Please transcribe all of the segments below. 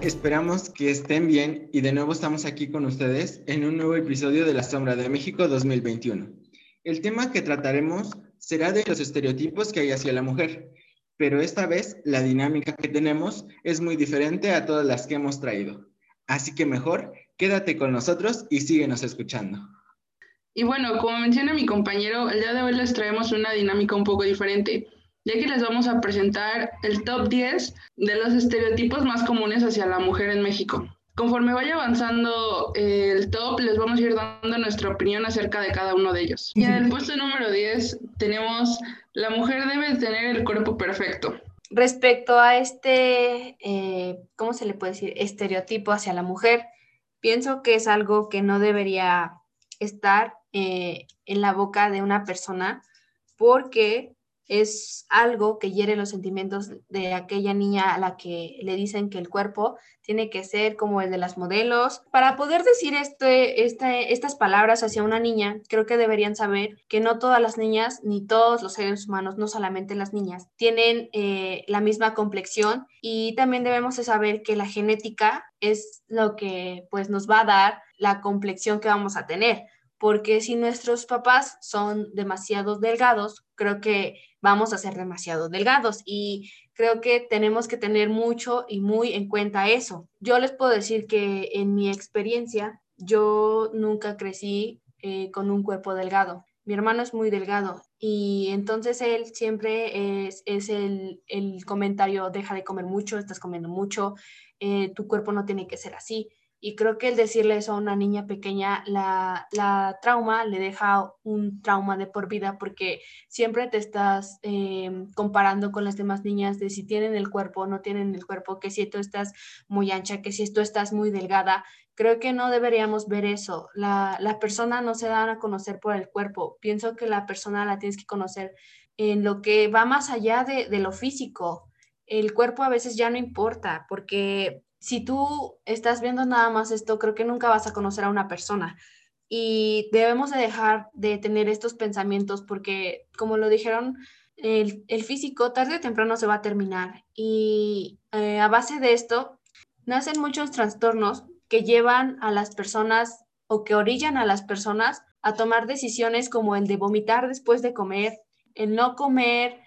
Esperamos que estén bien y de nuevo estamos aquí con ustedes en un nuevo episodio de La Sombra de México 2021. El tema que trataremos será de los estereotipos que hay hacia la mujer, pero esta vez la dinámica que tenemos es muy diferente a todas las que hemos traído. Así que mejor, quédate con nosotros y síguenos escuchando. Y bueno, como menciona mi compañero, el día de hoy les traemos una dinámica un poco diferente, ya que les vamos a presentar el top 10 de los estereotipos más comunes hacia la mujer en México. Conforme vaya avanzando el top, les vamos a ir dando nuestra opinión acerca de cada uno de ellos. Y en el puesto número 10 tenemos, la mujer debe tener el cuerpo perfecto. Respecto a ¿cómo se le puede decir? Estereotipo hacia la mujer, pienso que es algo que no debería estar en la boca de una persona, porque es algo que hiere los sentimientos de aquella niña a la que le dicen que el cuerpo tiene que ser como el de las modelos. Para poder decir estas palabras hacia una niña, creo que deberían saber que no todas las niñas, ni todos los seres humanos, no solamente las niñas, tienen la misma complexión, y también debemos de saber que la genética es lo que pues nos va a dar la complexión que vamos a tener. Porque si nuestros papás son demasiado delgados, creo que vamos a ser demasiado delgados, y creo que tenemos que tener mucho y muy en cuenta eso. Yo les puedo decir que en mi experiencia, yo nunca crecí con un cuerpo delgado. Mi hermano es muy delgado y entonces él siempre es el comentario: deja de comer mucho, estás comiendo mucho, tu cuerpo no tiene que ser así. Y creo que el decirle eso a una niña pequeña, la trauma, le deja un trauma de por vida, porque siempre te estás comparando con las demás niñas de si tienen el cuerpo o no tienen el cuerpo, que si tú estás muy ancha, que si tú estás muy delgada. Creo que no deberíamos ver eso. La persona no se dan a conocer por el cuerpo. Pienso que la persona la tienes que conocer en lo que va más allá de lo físico. El cuerpo a veces ya no importa, porque si tú estás viendo nada más esto, creo que nunca vas a conocer a una persona. Y debemos de dejar de tener estos pensamientos, porque, como lo dijeron, el físico tarde o temprano se va a terminar. Y a base de esto, nacen muchos trastornos que llevan a las personas, o que orillan a las personas a tomar decisiones como el de vomitar después de comer, el no comer,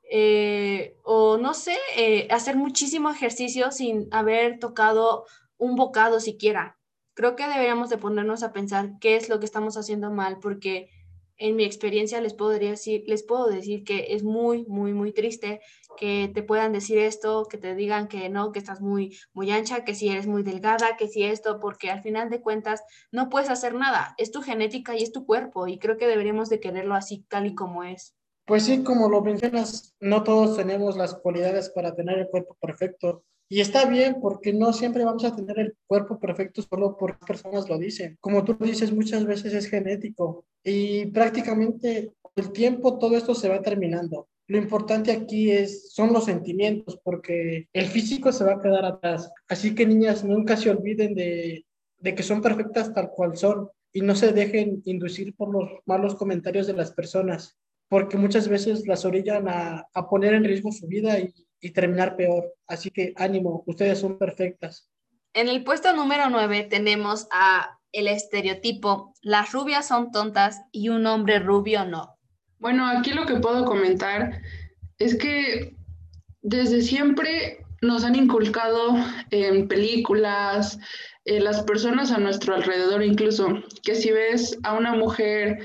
o no sé, hacer muchísimo ejercicio sin haber tocado un bocado siquiera. Creo que deberíamos de ponernos a pensar qué es lo que estamos haciendo mal, porque en mi experiencia les puedo decir que es muy, muy, muy triste que te puedan decir esto, que te digan que no, que estás muy, muy ancha, que si eres muy delgada, que si esto, porque al final de cuentas no puedes hacer nada. Es tu genética y es tu cuerpo, y creo que deberíamos de quererlo así, tal y como es. Pues sí, como lo mencionas, no todos tenemos las cualidades para tener el cuerpo perfecto. Y está bien, porque no siempre vamos a tener el cuerpo perfecto solo porque personas lo dicen. Como tú dices, muchas veces es genético y prácticamente con el tiempo todo esto se va terminando. Lo importante aquí son los sentimientos, porque el físico se va a quedar atrás. Así que niñas, nunca se olviden de que son perfectas tal cual son, y no se dejen inducir por los malos comentarios de las personas, porque muchas veces las orillan a poner en riesgo su vida y terminar peor. Así que ánimo, ustedes son perfectas. En el puesto número 9 tenemos a el estereotipo: las rubias son tontas y un hombre rubio no. Bueno, aquí lo que puedo comentar es que desde siempre nos han inculcado en películas, las personas a nuestro alrededor incluso, que si ves a una mujer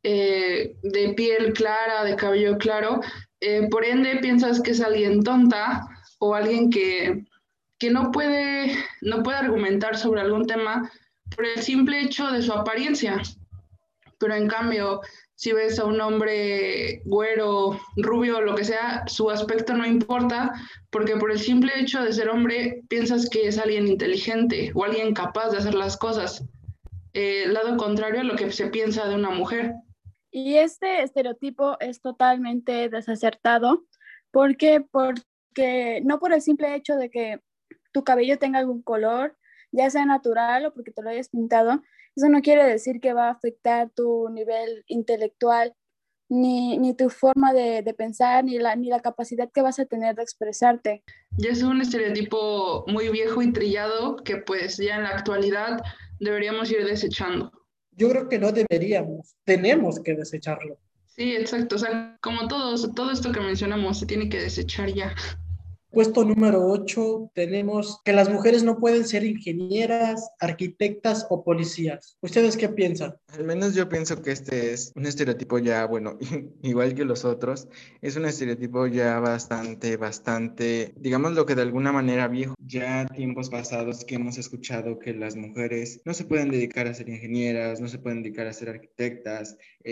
de piel clara, de cabello claro, por ende piensas que es alguien tonta o alguien que no puede argumentar sobre algún tema por el simple hecho de su apariencia. Pero en cambio, si ves a un hombre güero, rubio, lo que sea, su aspecto no importa, porque por el simple hecho de ser hombre piensas que es alguien inteligente o alguien capaz de hacer las cosas. Lado contrario a lo que se piensa de una mujer. Y este estereotipo es totalmente desacertado. ¿Por qué? Porque no por el simple hecho de que tu cabello tenga algún color, ya sea natural o porque te lo hayas pintado, eso no quiere decir que va a afectar tu nivel intelectual ni tu forma de pensar, ni la capacidad que vas a tener de expresarte. Ya es un estereotipo muy viejo y trillado que pues ya en la actualidad deberíamos ir desechando. Yo creo que no deberíamos, tenemos que desecharlo. Sí, exacto. O sea, como todo esto que mencionamos se tiene que desechar ya. Puesto número 8, tenemos que las mujeres no pueden ser ingenieras, arquitectas o policías. ¿Ustedes qué piensan? Al menos yo pienso que este es un estereotipo ya, bueno, igual que los otros, es un estereotipo ya bastante, digamos lo que de alguna manera viejo. Ya tiempos pasados que hemos escuchado que las mujeres no se pueden dedicar a ser ingenieras, no se pueden dedicar a ser arquitectas,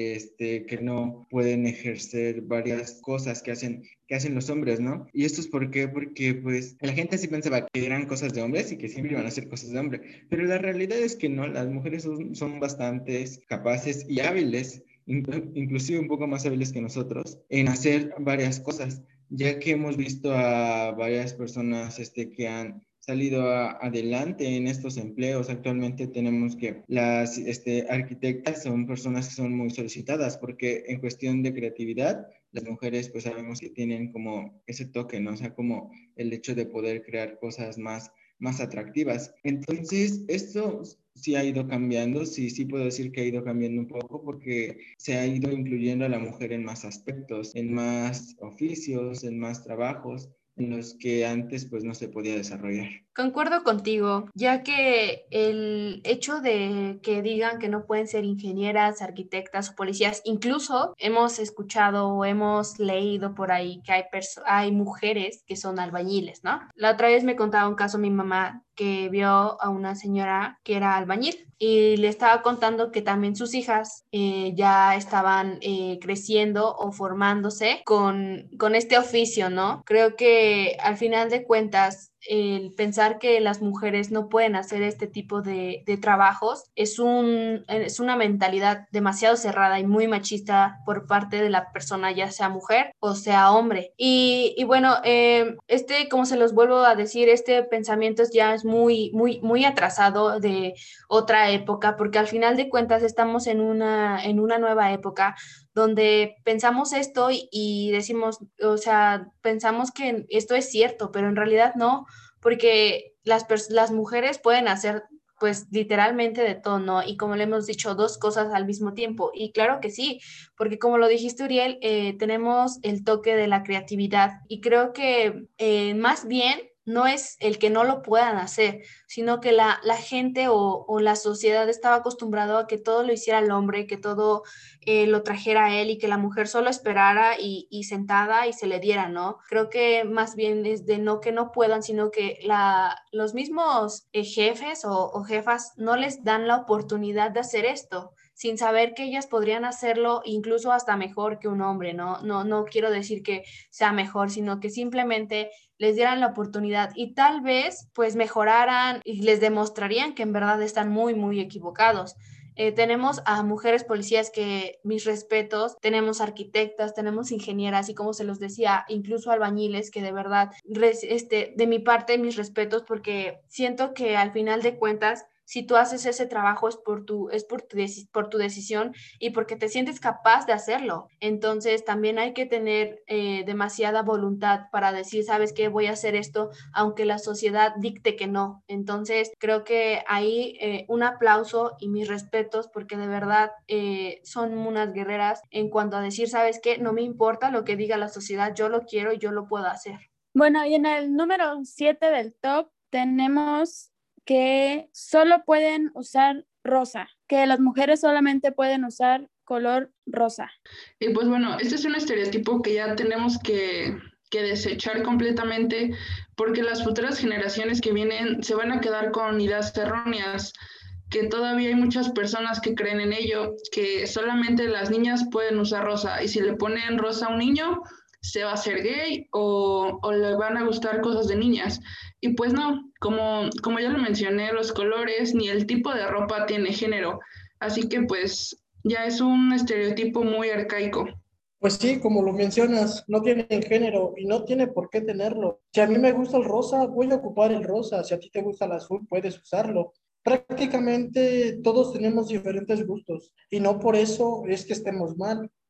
que no pueden ejercer varias cosas que hacen los hombres, ¿no? Y esto es porque pues la gente sí pensaba que eran cosas de hombres y que siempre iban a ser cosas de hombre, pero la realidad es que no, las mujeres son bastante capaces y hábiles, inclusive un poco más hábiles que nosotros, en hacer varias cosas, ya que hemos visto a varias personas que han salido adelante en estos empleos. Actualmente tenemos que las arquitectas son personas que son muy solicitadas porque en cuestión de creatividad, las mujeres pues sabemos que tienen como ese toque, ¿no? O sea, como el hecho de poder crear cosas más atractivas. Entonces, esto sí ha ido cambiando, sí puedo decir que ha ido cambiando un poco porque se ha ido incluyendo a la mujer en más aspectos, en más oficios, en más trabajos en los que antes pues no se podía desarrollar. Concuerdo contigo, ya que el hecho de que digan que no pueden ser ingenieras, arquitectas o policías, incluso hemos escuchado o hemos leído por ahí que hay mujeres que son albañiles, ¿no? La otra vez me contaba un caso mi mamá que vio a una señora que era albañil y le estaba contando que también sus hijas ya estaban creciendo o formándose con este oficio, ¿no? Creo que al final de cuentas el pensar que las mujeres no pueden hacer este tipo de trabajos es una mentalidad demasiado cerrada y muy machista por parte de la persona, ya sea mujer o sea hombre. Y bueno, como se los vuelvo a decir, este pensamiento ya es muy atrasado de otra época, porque al final de cuentas estamos en una nueva época donde pensamos esto y decimos, o sea, pensamos que esto es cierto, pero en realidad no, porque las mujeres pueden hacer pues literalmente de todo, ¿no? Y como le hemos dicho, dos cosas al mismo tiempo. Y claro que sí, porque como lo dijiste, Uriel, tenemos el toque de la creatividad y creo que más bien no es el que no lo puedan hacer, sino que la gente o la sociedad estaba acostumbrado a que todo lo hiciera el hombre, que todo lo trajera a él y que la mujer solo esperara y sentada y se le diera, ¿no? Creo que más bien es de no que no puedan, sino que los mismos jefes o jefas no les dan la oportunidad de hacer esto sin saber que ellas podrían hacerlo incluso hasta mejor que un hombre, ¿no? No quiero decir que sea mejor, sino que simplemente les dieran la oportunidad y tal vez pues mejoraran y les demostrarían que en verdad están muy equivocados. Tenemos a mujeres policías que mis respetos, tenemos arquitectas, tenemos ingenieras y como se los decía, incluso albañiles que de verdad, de mi parte, mis respetos porque siento que al final de cuentas si tú haces ese trabajo es por tu decisión y porque te sientes capaz de hacerlo. Entonces también hay que tener demasiada voluntad para decir, ¿sabes qué? Voy a hacer esto, aunque la sociedad dicte que no. Entonces creo que ahí un aplauso y mis respetos porque de verdad son unas guerreras en cuanto a decir, ¿sabes qué? No me importa lo que diga la sociedad, yo lo quiero y yo lo puedo hacer. Bueno, y en el número 7 del top tenemos que solo pueden usar rosa, que las mujeres solamente pueden usar color rosa. Y pues bueno, este es un estereotipo que ya tenemos que desechar completamente porque las futuras generaciones que vienen se van a quedar con ideas erróneas, que todavía hay muchas personas que creen en ello, que solamente las niñas pueden usar rosa y si le ponen rosa a un niño se va a hacer gay o le van a gustar cosas de niñas. Y pues no, como ya lo mencioné, los colores ni el tipo de ropa tiene género. Así que pues ya es un estereotipo muy arcaico. Pues sí, como lo mencionas, no tiene género y no tiene por qué tenerlo. Si a mí me gusta el rosa, voy a ocupar el rosa. Si a ti te gusta el azul, puedes usarlo. Prácticamente todos tenemos diferentes gustos y no por eso es que estemos mal.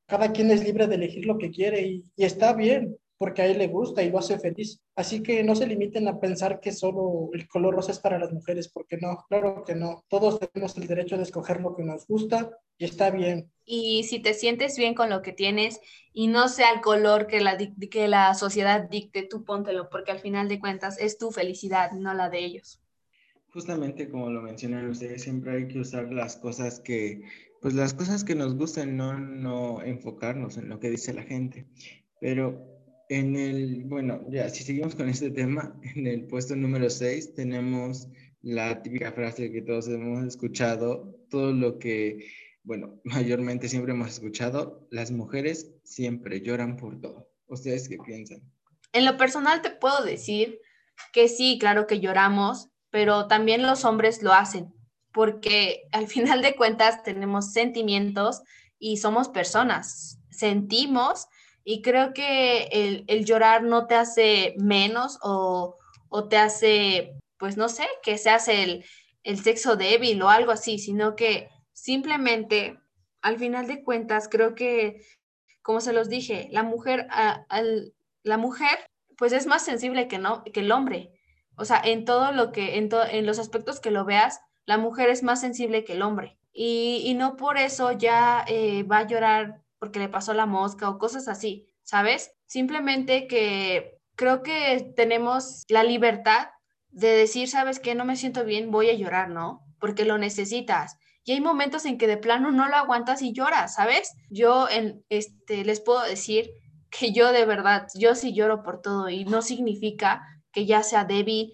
Cada quien es libre de elegir lo que quiere y está bien, porque a él le gusta y lo hace feliz. Así que no se limiten a pensar que solo el color rosa es para las mujeres, porque no, claro que no. Todos tenemos el derecho de escoger lo que nos gusta y está bien. Y si te sientes bien con lo que tienes y no sea el color que la sociedad dicte, tú póntelo, porque al final de cuentas es tu felicidad, no la de ellos. Justamente como lo mencionan ustedes, siempre hay que usar las cosas pues las cosas que nos gustan, no enfocarnos en lo que dice la gente. Pero bueno, ya, si seguimos con este tema, en el puesto número 6 tenemos la típica frase que todos hemos escuchado, todo lo que, bueno, mayormente siempre hemos escuchado, las mujeres siempre lloran por todo. ¿Ustedes qué piensan? En lo personal te puedo decir que sí, claro que lloramos, pero también los hombres lo hacen, porque al final de cuentas tenemos sentimientos y somos personas, sentimos y creo que el llorar no te hace menos o te hace, pues no sé, que seas el sexo débil o algo así, sino que simplemente al final de cuentas creo que, como se los dije, la mujer pues es más sensible que, no, que el hombre. O sea, en todo lo que, en los aspectos que lo veas, la mujer es más sensible que el hombre. Y no por eso ya va a llorar porque le pasó la mosca o cosas así, ¿sabes? Simplemente que creo que tenemos la libertad de decir, ¿sabes qué? No me siento bien, voy a llorar, ¿no? Porque lo necesitas. Y hay momentos en que de plano no lo aguantas y lloras, ¿sabes? Les puedo decir que yo de verdad, yo sí lloro por todo y no significa que ya sea débil,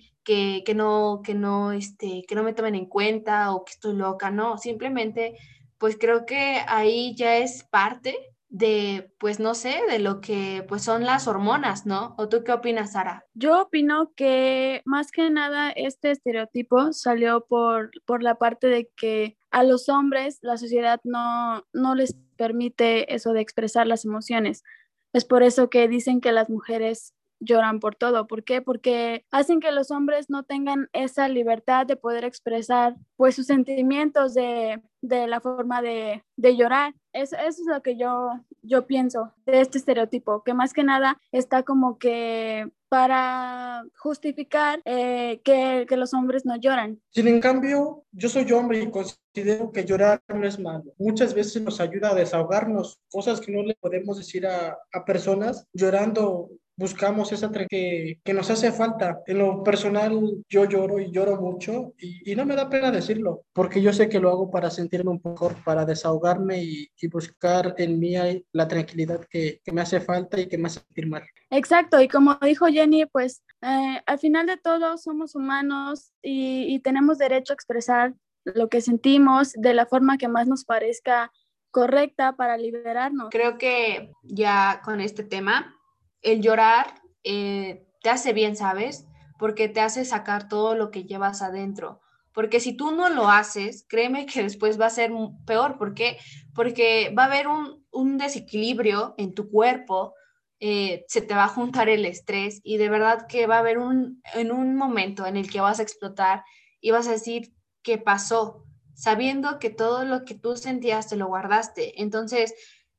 que no me tomen en cuenta o que estoy loca, no, simplemente pues creo que ahí ya es parte de, pues no sé, de lo que pues son las hormonas, ¿no? ¿O tú qué opinas, Sara? Yo opino que más que nada este estereotipo salió por la parte de que a los hombres la sociedad no les permite eso de expresar las emociones. Es por eso que dicen que las mujeres lloran por todo. ¿Por qué? Porque hacen que los hombres no tengan esa libertad de poder expresar pues sus sentimientos de la forma de llorar. Eso es lo que yo pienso de este estereotipo, que más que nada está como que para justificar que los hombres no lloran. Sin en cambio, yo soy hombre y considero que llorar no es malo. Muchas veces nos ayuda a desahogarnos, cosas que no le podemos decir a personas. Llorando buscamos esa que nos hace falta. En lo personal, yo lloro y lloro mucho y no me da pena decirlo, porque yo sé que lo hago para sentirme un poco mejor, para desahogarme y buscar en mí la tranquilidad que me hace falta y que me hace sentir mal. Exacto, y como dijo Jenny, pues al final de todo somos humanos y tenemos derecho a expresar lo que sentimos de la forma que más nos parezca correcta para liberarnos. Creo que ya con este tema, el llorar te hace bien, ¿sabes? Porque te hace sacar todo lo que llevas adentro. Porque si tú no lo haces, créeme que después va a ser peor. ¿Por qué? Porque va a haber un desequilibrio en tu cuerpo, se te va a juntar el estrés y de verdad que va a haber en un momento en el que vas a explotar y vas a decir, ¿qué pasó? Sabiendo que todo lo que tú sentías te lo guardaste. Entonces,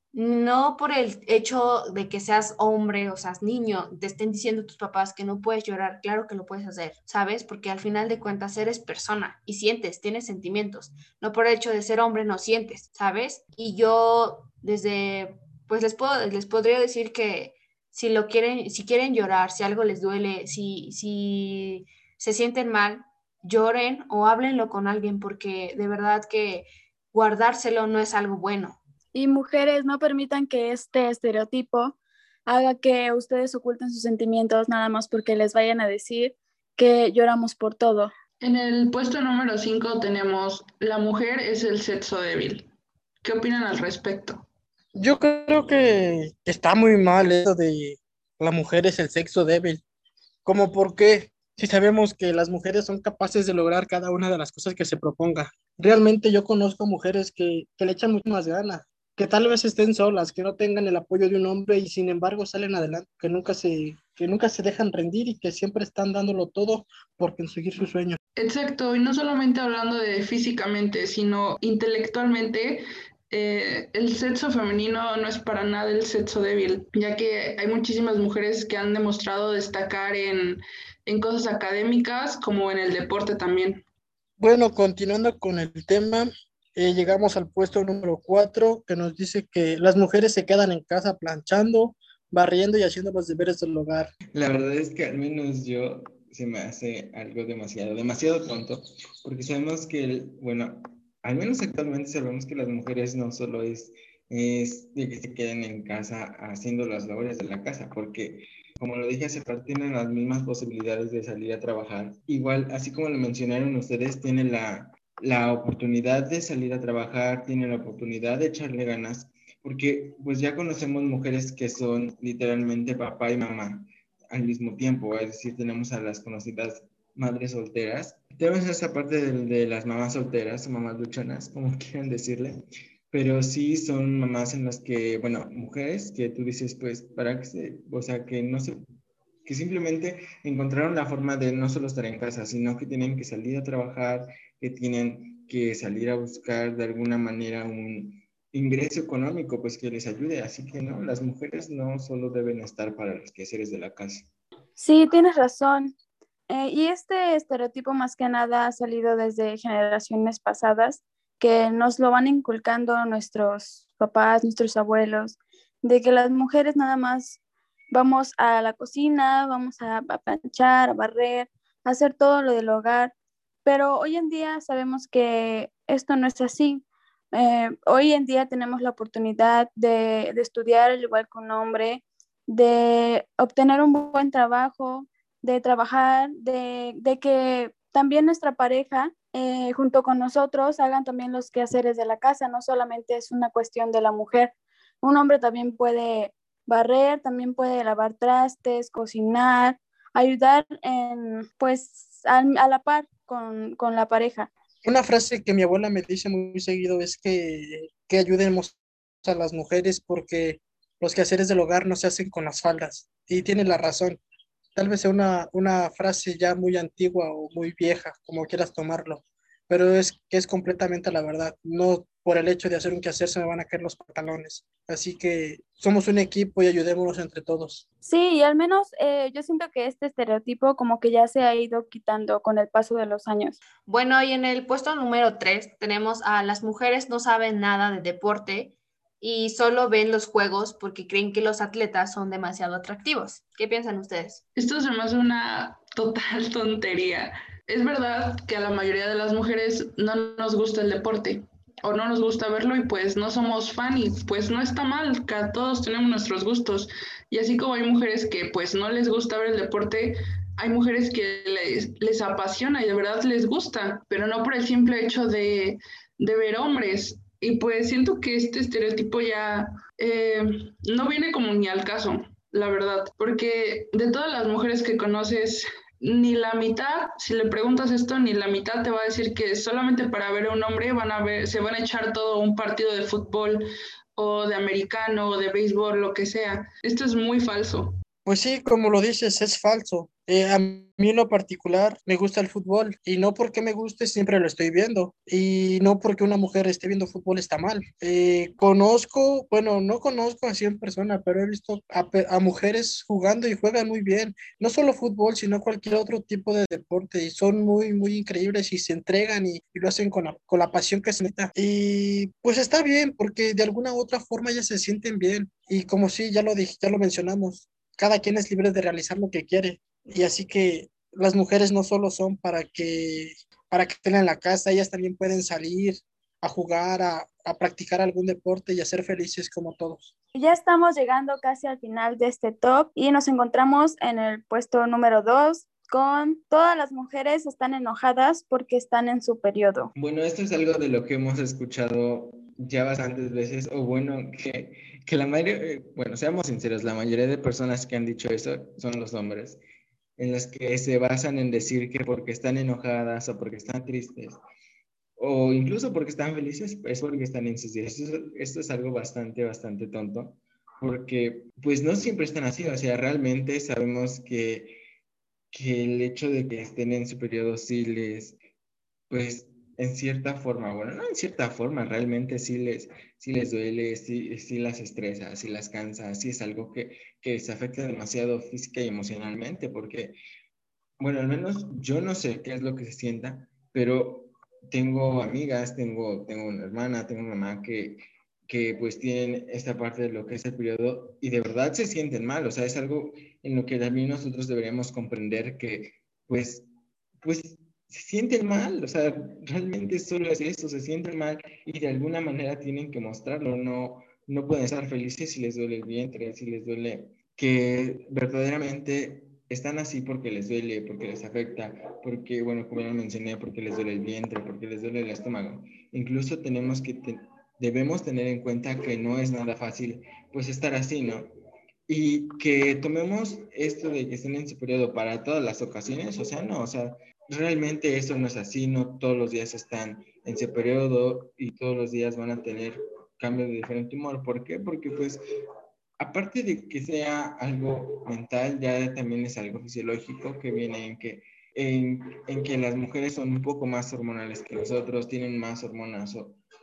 no por el hecho de que seas hombre o seas niño, te estén diciendo tus papás que no puedes llorar, claro que lo puedes hacer, ¿sabes? Porque al final de cuentas eres persona y sientes, tienes sentimientos. No por el hecho de ser hombre no sientes, ¿sabes? Y yo pues les podría decir que si quieren llorar, si algo les duele, si se sienten mal, lloren o háblenlo con alguien porque de verdad que guardárselo no es algo bueno. Y mujeres, no permitan que este estereotipo haga que ustedes oculten sus sentimientos nada más porque les vayan a decir que lloramos por todo. En el puesto número 5 tenemos la mujer es el sexo débil. ¿Qué opinan al respecto? Yo creo que está muy mal eso de la mujer es el sexo débil. ¿Cómo por qué? Si sabemos que las mujeres son capaces de lograr cada una de las cosas que se proponga. Realmente yo conozco mujeres que le echan mucho más ganas, que tal vez estén solas, que no tengan el apoyo de un hombre y sin embargo salen adelante, que nunca se dejan rendir y que siempre están dándolo todo por conseguir sus sueños. Exacto, y no solamente hablando de físicamente, sino intelectualmente, el sexo femenino no es para nada el sexo débil, ya que hay muchísimas mujeres que han demostrado destacar en cosas académicas como en el deporte también. Bueno, continuando con el tema, llegamos al puesto número 4 que nos dice que las mujeres se quedan en casa planchando, barriendo y haciendo los deberes del hogar. La verdad es que al menos yo se me hace algo demasiado, demasiado tonto, porque sabemos que, bueno, al menos actualmente sabemos que las mujeres no solo es de que se queden en casa haciendo las labores de la casa, porque como lo dije hace rato, tienen las mismas posibilidades de salir a trabajar. Igual, así como lo mencionaron ustedes, tienen la oportunidad de salir a trabajar, tienen la oportunidad de echarle ganas, porque pues ya conocemos mujeres que son literalmente papá y mamá al mismo tiempo, es decir, tenemos a las conocidas madres solteras, tenemos esa parte de las mamás solteras o mamás luchonas, como quieran decirle, pero sí son mamás en las que, bueno, mujeres que tú dices, pues, para que o sea, que no se, que simplemente encontraron la forma de no solo estar en casa, sino que tienen que salir a trabajar, que tienen que salir a buscar de alguna manera un ingreso económico, pues que les ayude. Así que no, las mujeres no solo deben estar para los quehaceres de la casa. Sí, tienes razón. Y este estereotipo más que nada ha salido desde generaciones pasadas que nos lo van inculcando nuestros papás, nuestros abuelos, de que las mujeres nada más vamos a la cocina, vamos a planchar, a barrer, a hacer todo lo del hogar, pero hoy en día sabemos que esto no es así. Hoy en día tenemos la oportunidad de estudiar al igual que un hombre, de obtener un buen trabajo, de trabajar, de que también nuestra pareja junto con nosotros hagan también los quehaceres de la casa, no solamente es una cuestión de la mujer, un hombre también puede barrer, también puede lavar trastes, cocinar, ayudar en, pues a la par con la pareja. Una frase que mi abuela me dice muy seguido es que ayudemos a las mujeres porque los quehaceres del hogar no se hacen con las faldas. Y tiene la razón. Tal vez sea una frase ya muy antigua o muy vieja, como quieras tomarlo, pero es que es completamente la verdad. No por el hecho de hacer un quehacer se me van a caer los pantalones. Así que somos un equipo y ayudémonos entre todos. Sí, y al menos yo siento que este estereotipo como que ya se ha ido quitando con el paso de los años. Bueno, y en el puesto número 3 tenemos a las mujeres no saben nada de deporte y solo ven los juegos porque creen que los atletas son demasiado atractivos. ¿Qué piensan ustedes? Esto se me hace una total tontería. Es verdad que a la mayoría de las mujeres no nos gusta el deporte o no nos gusta verlo y pues no somos fan y pues no está mal, que todos tenemos nuestros gustos. Y así como hay mujeres que pues no les gusta ver el deporte, hay mujeres que les apasiona y de verdad les gusta, pero no por el simple hecho de ver hombres. Y pues siento que este estereotipo ya no viene como ni al caso, la verdad, porque de todas las mujeres que conoces, ni la mitad, si le preguntas esto, ni la mitad te va a decir que solamente para ver a un hombre se van a echar todo un partido de fútbol o de americano o de béisbol, lo que sea. Esto es muy falso. Pues sí, como lo dices, es falso. A mí en lo particular me gusta el fútbol y no porque me guste siempre lo estoy viendo y no porque una mujer esté viendo fútbol está mal. Conozco, bueno, no conozco así en persona, pero he visto a mujeres jugando y juegan muy bien. No solo fútbol, sino cualquier otro tipo de deporte y son muy, muy increíbles y se entregan y lo hacen con la pasión que se necesita. Y pues está bien porque de alguna u otra forma ya se sienten bien y como sí, ya lo dije, ya lo mencionamos, cada quien es libre de realizar lo que quiere. Y así que las mujeres no solo son para que estén en la casa, ellas también pueden salir a jugar, a practicar algún deporte y a ser felices como todos. Ya estamos llegando casi al final de este top y nos encontramos en el puesto número 2 con todas las mujeres están enojadas porque están en su periodo. Bueno, esto es algo de lo que hemos escuchado ya bastantes veces, o bueno, que la mayoría, bueno, seamos sinceros, la mayoría de personas que han dicho eso son los hombres, en los que se basan en decir que porque están enojadas o porque están tristes, o incluso porque están felices, es porque están en sus días. Esto es algo bastante, bastante tonto, porque pues no siempre están así, o sea, realmente sabemos que el hecho de que estén en su periodo sí les, pues en cierta forma, bueno, no en cierta forma, realmente si les duele, si las estresa, si las cansa, si es algo que les afecta demasiado física y emocionalmente, porque, bueno, al menos yo no sé qué es lo que se sienta, pero tengo amigas, tengo una hermana, tengo una mamá que pues tienen esta parte de lo que es el periodo y de verdad se sienten mal, o sea, es algo en lo que también nosotros deberíamos comprender que pues, pues se sienten mal, o sea, realmente solo es eso, se sienten mal y de alguna manera tienen que mostrarlo, no pueden estar felices si les duele el vientre, si les duele que verdaderamente están así porque les duele, porque les afecta, porque, bueno, como ya mencioné, porque les duele el vientre, porque les duele el estómago. Incluso debemos tener en cuenta que no es nada fácil, pues, estar así, ¿no? Y que tomemos esto de que estén en su periodo para todas las ocasiones, o sea, no, o sea, realmente eso no es así, no todos los días están en ese periodo y todos los días van a tener cambios de diferente humor. ¿Por qué? Porque pues aparte de que sea algo mental, ya también es algo fisiológico que viene en que las mujeres son un poco más hormonales que nosotros, tienen más hormonas.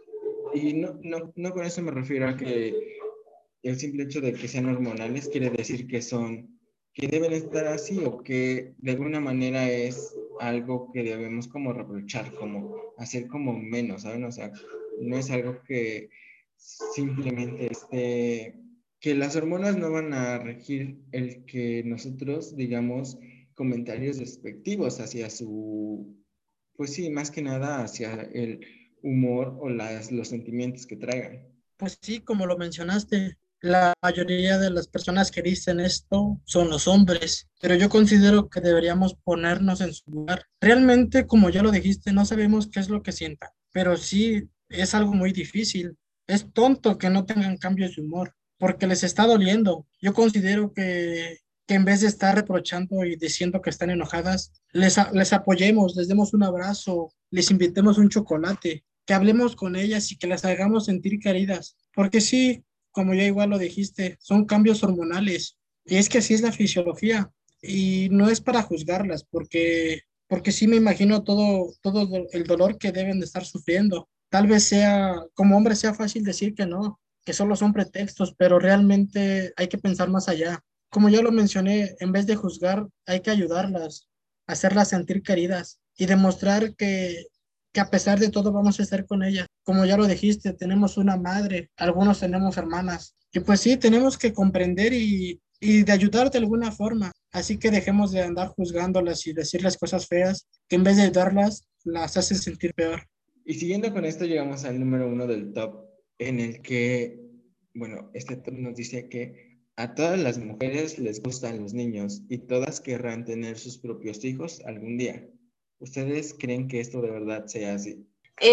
Y no con eso me refiero a que el simple hecho de que sean hormonales quiere decir que deben estar así o que de alguna manera es algo que debemos como reprochar, como hacer como menos, ¿saben? O sea, no es algo que simplemente esté, que las hormonas no van a regir el que nosotros digamos comentarios despectivos hacia su, pues sí, más que nada hacia el humor o los sentimientos que traigan. Pues sí, como lo mencionaste, la mayoría de las personas que dicen esto son los hombres, pero yo considero que deberíamos ponernos en su lugar. Realmente, como ya lo dijiste, no sabemos qué es lo que sientan, pero sí es algo muy difícil. Es tonto que no tengan cambios de humor, porque les está doliendo. Yo considero que en vez de estar reprochando y diciendo que están enojadas, les apoyemos, les demos un abrazo, les invitemos un chocolate, que hablemos con ellas y que las hagamos sentir queridas. Porque sí, como ya igual lo dijiste, son cambios hormonales. Y es que así es la fisiología. Y no es para juzgarlas, porque sí me imagino todo el dolor que deben de estar sufriendo. Tal vez sea, como hombre, sea fácil decir que no, que solo son pretextos, pero realmente hay que pensar más allá. Como ya lo mencioné, en vez de juzgar, hay que ayudarlas, hacerlas sentir queridas y demostrar que a pesar de todo vamos a estar con ella. Como ya lo dijiste, tenemos una madre, algunos tenemos hermanas. Y pues sí, tenemos que comprender y de ayudar de alguna forma. Así que dejemos de andar juzgándolas y decirles cosas feas, que en vez de ayudarlas, las hacen sentir peor. Y siguiendo con esto, llegamos al número 1 del top, en el que, bueno, este top nos dice que a todas las mujeres les gustan los niños y todas querrán tener sus propios hijos algún día. ¿Ustedes creen que esto de verdad sea así?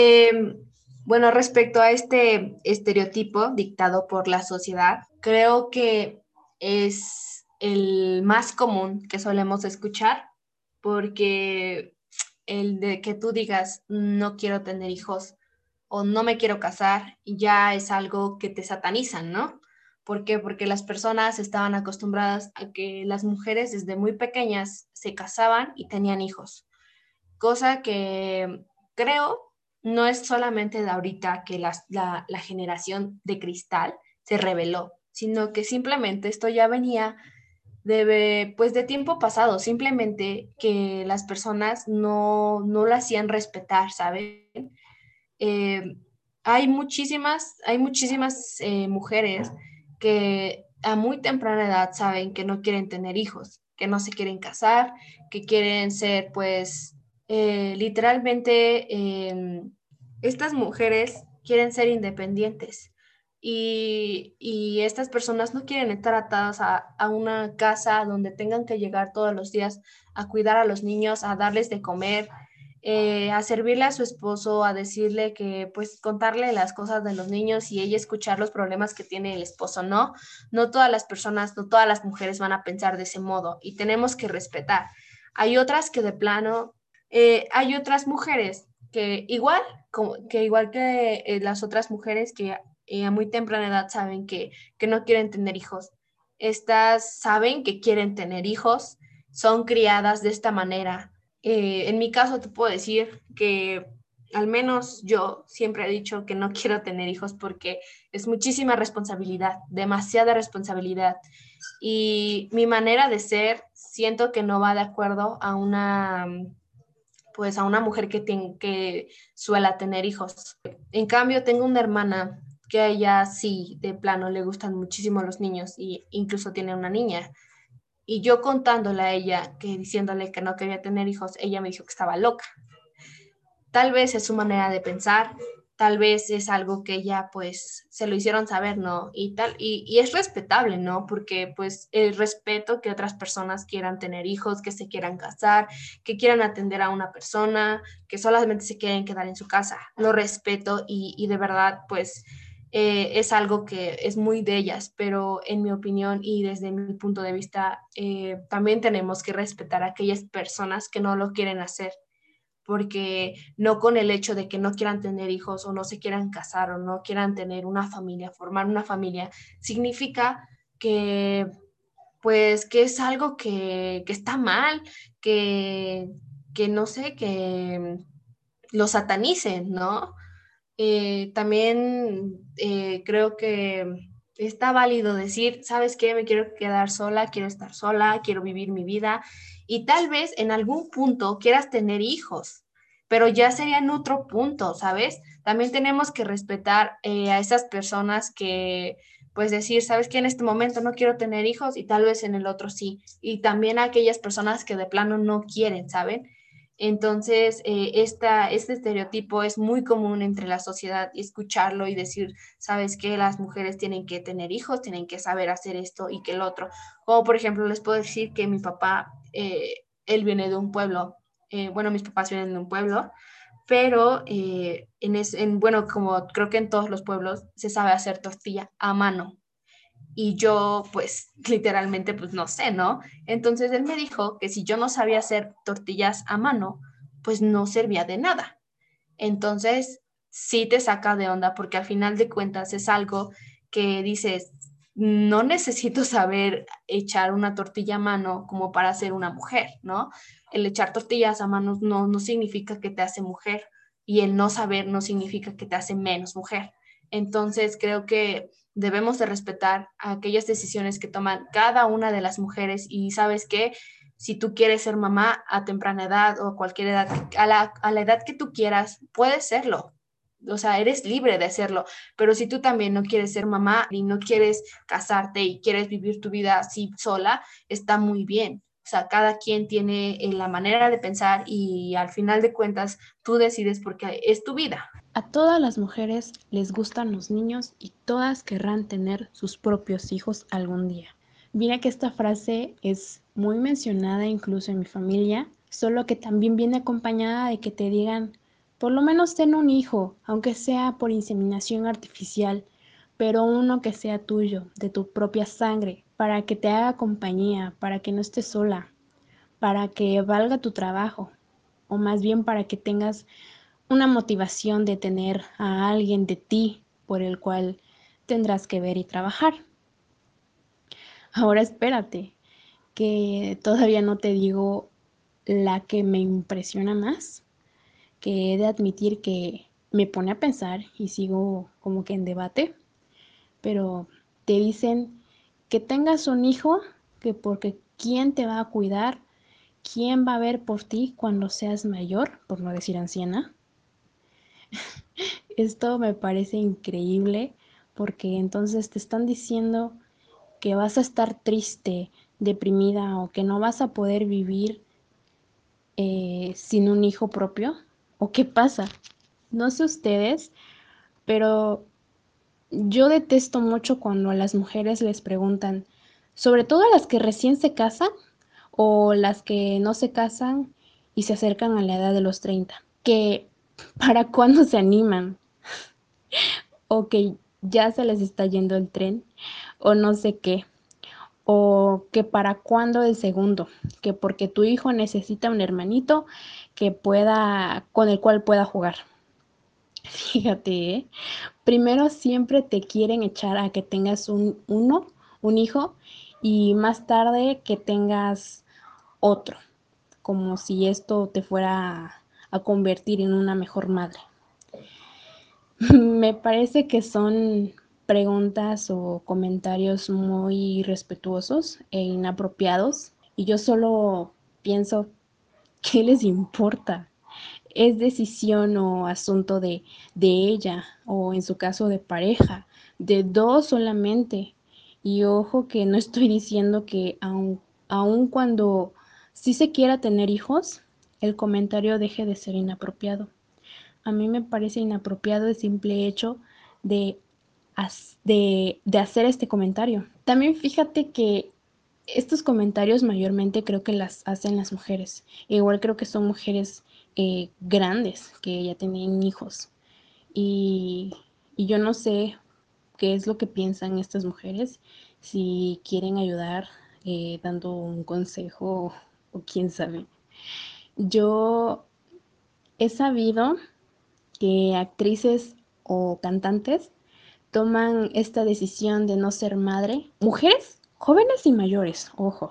Bueno, respecto a este estereotipo dictado por la sociedad, creo que es el más común que solemos escuchar, porque el de que tú digas no quiero tener hijos o no me quiero casar ya es algo que te satanizan, ¿no? ¿Por qué? Porque las personas estaban acostumbradas a que las mujeres desde muy pequeñas se casaban y tenían hijos, cosa que creo no es solamente de ahorita que la generación de cristal se reveló, sino que simplemente esto ya venía pues de tiempo pasado, simplemente que las personas no lo hacían respetar, ¿saben? Eh, hay muchísimas mujeres que a muy temprana edad saben que no quieren tener hijos, que no se quieren casar, que quieren ser, pues, literalmente, estas mujeres quieren ser independientes y estas personas no quieren estar atadas a una casa donde tengan que llegar todos los días a cuidar a los niños, a darles de comer, a servirle a su esposo, a decirle que, pues, contarle las cosas de los niños y ella escuchar los problemas que tiene el esposo. No todas las personas, no todas las mujeres van a pensar de ese modo y tenemos que respetar. Hay otras que de plano, hay otras mujeres que igual que las otras mujeres que a muy temprana edad saben que no quieren tener hijos. Estas saben que quieren tener hijos, son criadas de esta manera. En mi caso te puedo decir que al menos yo siempre he dicho que no quiero tener hijos porque es muchísima responsabilidad, demasiada responsabilidad. Y mi manera de ser siento que no va de acuerdo a pues a una mujer que suela tener hijos. En cambio, tengo una hermana que a ella sí, de plano, le gustan muchísimo los niños y incluso tiene una niña. Y yo contándole a ella, que diciéndole que no quería tener hijos, ella me dijo que estaba loca. Tal vez es su manera de pensar, tal vez es algo que ella pues se lo hicieron saber, ¿no? Y es respetable, ¿no? Porque pues el respeto que otras personas quieran tener hijos, que se quieran casar, que quieran atender a una persona, que solamente se quieren quedar en su casa, lo respeto y de verdad pues es algo que es muy de ellas, pero en mi opinión y desde mi punto de vista, también tenemos que respetar a aquellas personas que no lo quieren hacer, porque no con el hecho de que no quieran tener hijos o no se quieran casar o no quieran tener una familia, formar una familia, significa que pues que es algo que está mal, que, que no sé, que lo satanicen, ¿no? También creo que está válido decir, ¿sabes qué? Me quiero quedar sola, quiero estar sola, quiero vivir mi vida y tal vez en algún punto quieras tener hijos, pero ya sería en otro punto, ¿sabes? También tenemos que respetar a esas personas que, pues decir, ¿sabes qué? En este momento no quiero tener hijos y tal vez en el otro sí. Y también a aquellas personas que de plano no quieren, ¿saben? Entonces, este estereotipo es muy común entre la sociedad y escucharlo y decir, sabes que las mujeres tienen que tener hijos, tienen que saber hacer esto y que el otro. Como por ejemplo, les puedo decir que mi papá, él viene de un pueblo, bueno, mis papás vienen de un pueblo, pero bueno, como creo que en todos los pueblos se sabe hacer tortilla a mano y yo pues literalmente pues no sé, ¿no? Entonces él me dijo que si yo no sabía hacer tortillas a mano, pues no servía de nada. Entonces sí te saca de onda porque al final de cuentas es algo que dices, no necesito saber echar una tortilla a mano como para ser una mujer, ¿no? El echar tortillas a mano no significa que te hace mujer y el no saber no significa que te hace menos mujer. Entonces creo que debemos de respetar aquellas decisiones que toman cada una de las mujeres y sabes que si tú quieres ser mamá a temprana edad o a cualquier edad, a la edad que tú quieras, puedes serlo. O sea, eres libre de hacerlo, pero si tú también no quieres ser mamá y no quieres casarte y quieres vivir tu vida así sola, está muy bien. O sea, cada quien tiene la manera de pensar y al final de cuentas tú decides porque es tu vida. A todas las mujeres les gustan los niños y todas querrán tener sus propios hijos algún día. Mira que esta frase es muy mencionada incluso en mi familia, solo que también viene acompañada de que te digan, por lo menos ten un hijo, aunque sea por inseminación artificial, pero uno que sea tuyo, de tu propia sangre, para que te haga compañía, para que no estés sola, para que valga tu trabajo, o más bien para que tengas una motivación de tener a alguien de ti por el cual tendrás que ver y trabajar. Ahora espérate, que todavía no te digo la que me impresiona más, que he de admitir que me pone a pensar y sigo como que en debate, pero te dicen que tengas un hijo, que porque quién te va a cuidar, quién va a ver por ti cuando seas mayor, por no decir anciana. Esto me parece increíble porque entonces te están diciendo que vas a estar triste, deprimida o que no vas a poder vivir sin un hijo propio. ¿O qué pasa? No sé ustedes, pero yo detesto mucho cuando a las mujeres les preguntan, sobre todo a las que recién se casan o las que no se casan y se acercan a la edad de los 30, que para cuándo se animan o que ya se les está yendo el tren o no sé qué, o que para cuándo el segundo, que porque tu hijo necesita un hermanito que pueda, con el cual pueda jugar. Fíjate, ¿eh? Primero siempre te quieren echar a que tengas un hijo, y más tarde que tengas otro, como si esto te fuera a convertir en una mejor madre. Me parece que son preguntas o comentarios muy irrespetuosos e inapropiados y yo solo pienso, ¿qué les importa? Es decisión o asunto de ella o en su caso de pareja, de dos solamente. Y ojo que no estoy diciendo que aun cuando sí se quiera tener hijos, el comentario deje de ser inapropiado. A mí me parece inapropiado el simple hecho de, de hacer este comentario. También fíjate que estos comentarios mayormente creo que las hacen las mujeres. Igual creo que son mujeres grandes que ya tienen hijos. Y, y yo no sé qué es lo que piensan estas mujeres, si quieren ayudar dando un consejo o quién sabe. Yo he sabido que actrices o cantantes toman esta decisión de no ser madre, mujeres jóvenes y mayores, ojo,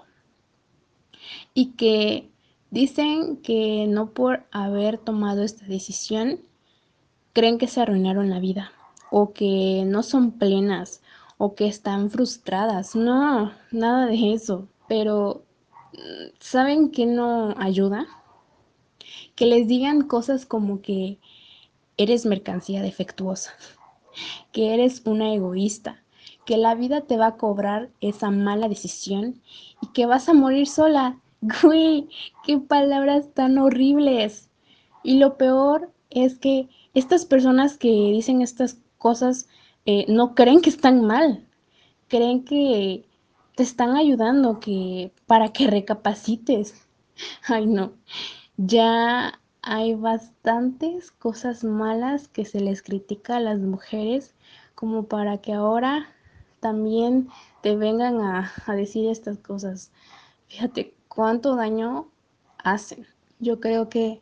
y que dicen que no por haber tomado esta decisión creen que se arruinaron la vida o que no son plenas o que están frustradas. No, nada de eso. Pero ¿saben qué no ayuda? Que les digan cosas como que eres mercancía defectuosa, que eres una egoísta, que la vida te va a cobrar esa mala decisión y que vas a morir sola. Güey, qué palabras tan horribles. Y lo peor es que estas personas que dicen estas cosas no creen que están mal, creen que te están ayudando, que para que recapacites. Ay, no. Ya hay bastantes cosas malas que se les critica a las mujeres como para que ahora también te vengan a decir estas cosas. Fíjate cuánto daño hacen. Yo creo que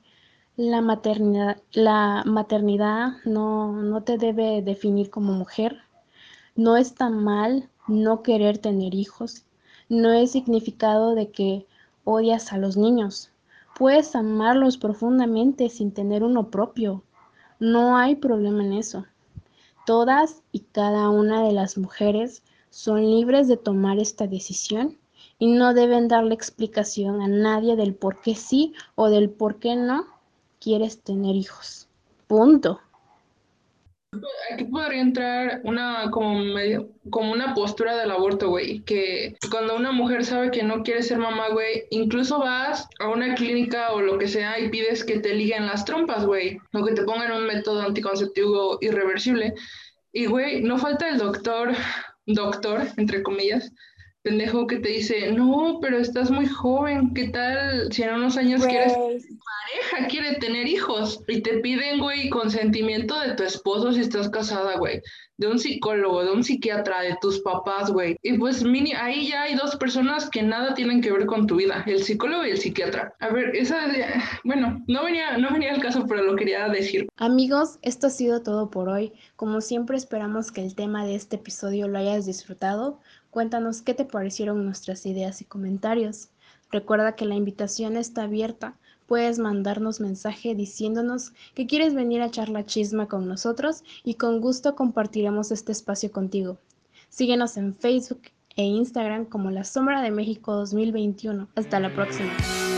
la maternidad no te debe definir como mujer. No está mal no querer tener hijos. No es significado de que odias a los niños. Puedes amarlos profundamente sin tener uno propio. No hay problema en eso. Todas y cada una de las mujeres son libres de tomar esta decisión y no deben darle explicación a nadie del por qué sí o del por qué no quieres tener hijos. Punto. Aquí podría entrar una como medio, como una postura del aborto, güey, que cuando una mujer sabe que no quiere ser mamá, güey, incluso vas a una clínica o lo que sea y pides que te liguen las trompas, güey, o que te pongan un método anticonceptivo irreversible. Y, güey, no falta el doctor, entre comillas, pendejo que te dice, no, pero estás muy joven, ¿qué tal si en unos años quieres Güey, pareja, quiere tener hijos? Y te piden, güey, consentimiento de tu esposo si estás casada, güey, de un psicólogo, de un psiquiatra, de tus papás, güey. Y pues ahí ya hay dos personas que nada tienen que ver con tu vida, el psicólogo y el psiquiatra. A ver, bueno, no venía al caso, pero lo quería decir. Amigos, esto ha sido todo por hoy. Como siempre esperamos que el tema de este episodio lo hayas disfrutado. Cuéntanos qué te parecieron nuestras ideas y comentarios. Recuerda que la invitación está abierta. Puedes mandarnos mensaje diciéndonos que quieres venir a charlar chisma con nosotros y con gusto compartiremos este espacio contigo. Síguenos en Facebook e Instagram como La Sombra de México 2021. Hasta la próxima.